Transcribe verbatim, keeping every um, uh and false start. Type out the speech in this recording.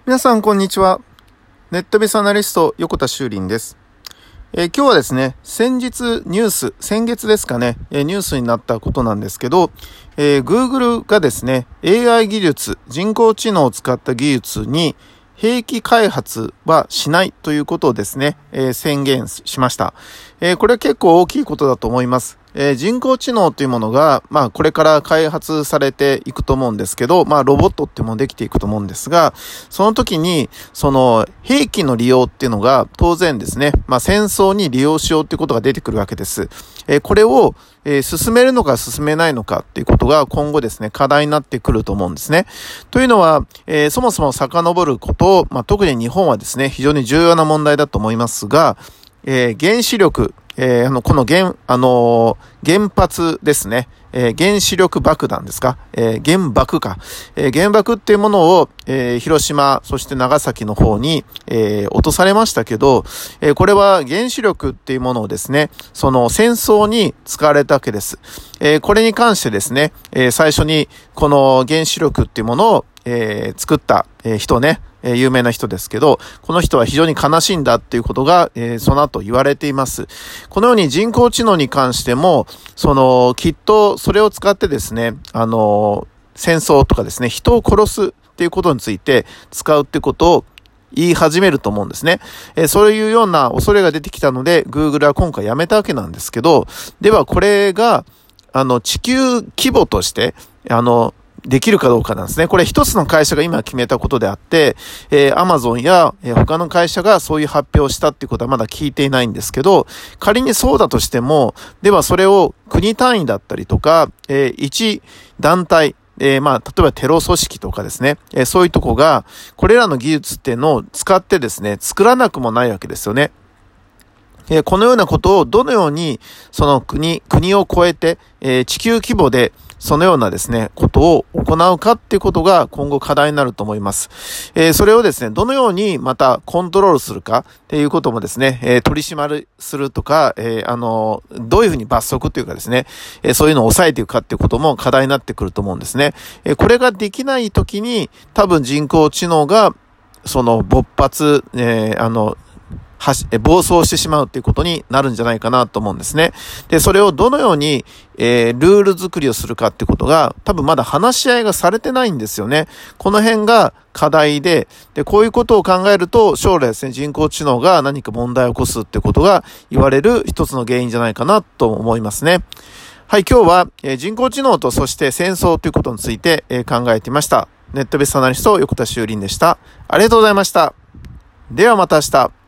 皆さんこんにちは。ネットベースアナリスト横田修林です。えー、今日はですね、先日ニュース、先月ですかね、えー、ニュースになったことなんですけど、えー、Google がですね、エーアイ 技術、人工知能を使った技術に兵器開発はしないということをですね、えー、宣言しました。えー、これは結構大きいことだと思います。えー、人工知能というものが、まあこれから開発されていくと思うんですけど、まあロボットっていうのもできていくと思うんですが、その時に、その兵器の利用っていうのが当然ですね、まあ戦争に利用しようっていうことが出てくるわけです。えー、これを、えー、進めるのか進めないのかっていうことが今後ですね、課題になってくると思うんですね。というのは、えー、そもそも遡ることを、まあ特に日本はですね、非常に重要な問題だと思いますが、えー、原子力、えー、あの、この原、あのー、原発ですね。えー、原子力爆弾ですか、えー、原爆か。えー、原爆っていうものを、えー、広島、そして長崎の方に、えー、落とされましたけど、えー、これは原子力っていうものをですね、その戦争に使われたわけです。えー、これに関してですね、えー、最初にこの原子力っていうものを、えー、作った、えー、人ね、えー、有名な人ですけど、この人は非常に悲しいんだっていうことが、えー、その後言われています。このように人工知能に関しても、その、きっとそれを使ってですね、あの、戦争とかですね、人を殺すっていうことについて使うってことを言い始めると思うんですね。えー、そういうような恐れが出てきたので、Google は今回やめたわけなんですけど、ではこれが、あの、地球規模として、あの、できるかどうかなんですね。これ一つの会社が今決めたことであって、えー、Amazon や、えー、他の会社がそういう発表をしたっていうことはまだ聞いていないんですけど、仮にそうだとしても、ではそれを国単位だったりとか、えー、一団体、えー、まあ、例えばテロ組織とかですね、えー、そういうとこが、これらの技術っていうのを使ってですね、作らなくもないわけですよね。えー、このようなことをどのように、その国、国を超えて、えー、地球規模で、そのようなですね、ことを行うかっていうことが今後課題になると思います。えー、それをですね、どのようにまたコントロールするかっていうこともですね、えー、取り締まるするとか、えー、あの、どういうふうに罰則というかですね、えー、そういうのを抑えていくかっていうことも課題になってくると思うんですね。えー、これができないときに、多分人工知能が、その勃発、えー、あの、はし、暴走してしまうっていうことになるんじゃないかなと思うんですね。で、それをどのように、えー、ルール作りをするかっていうことが、多分まだ話し合いがされてないんですよね。この辺が課題で、で、こういうことを考えると、将来ですね、人工知能が何か問題を起こすってことが言われる一つの原因じゃないかなと思いますね。はい、今日は、えー、人工知能とそして戦争ということについて、えー、考えてみました。ネットベースアナリスト横田修林でした。ありがとうございました。ではまた明日。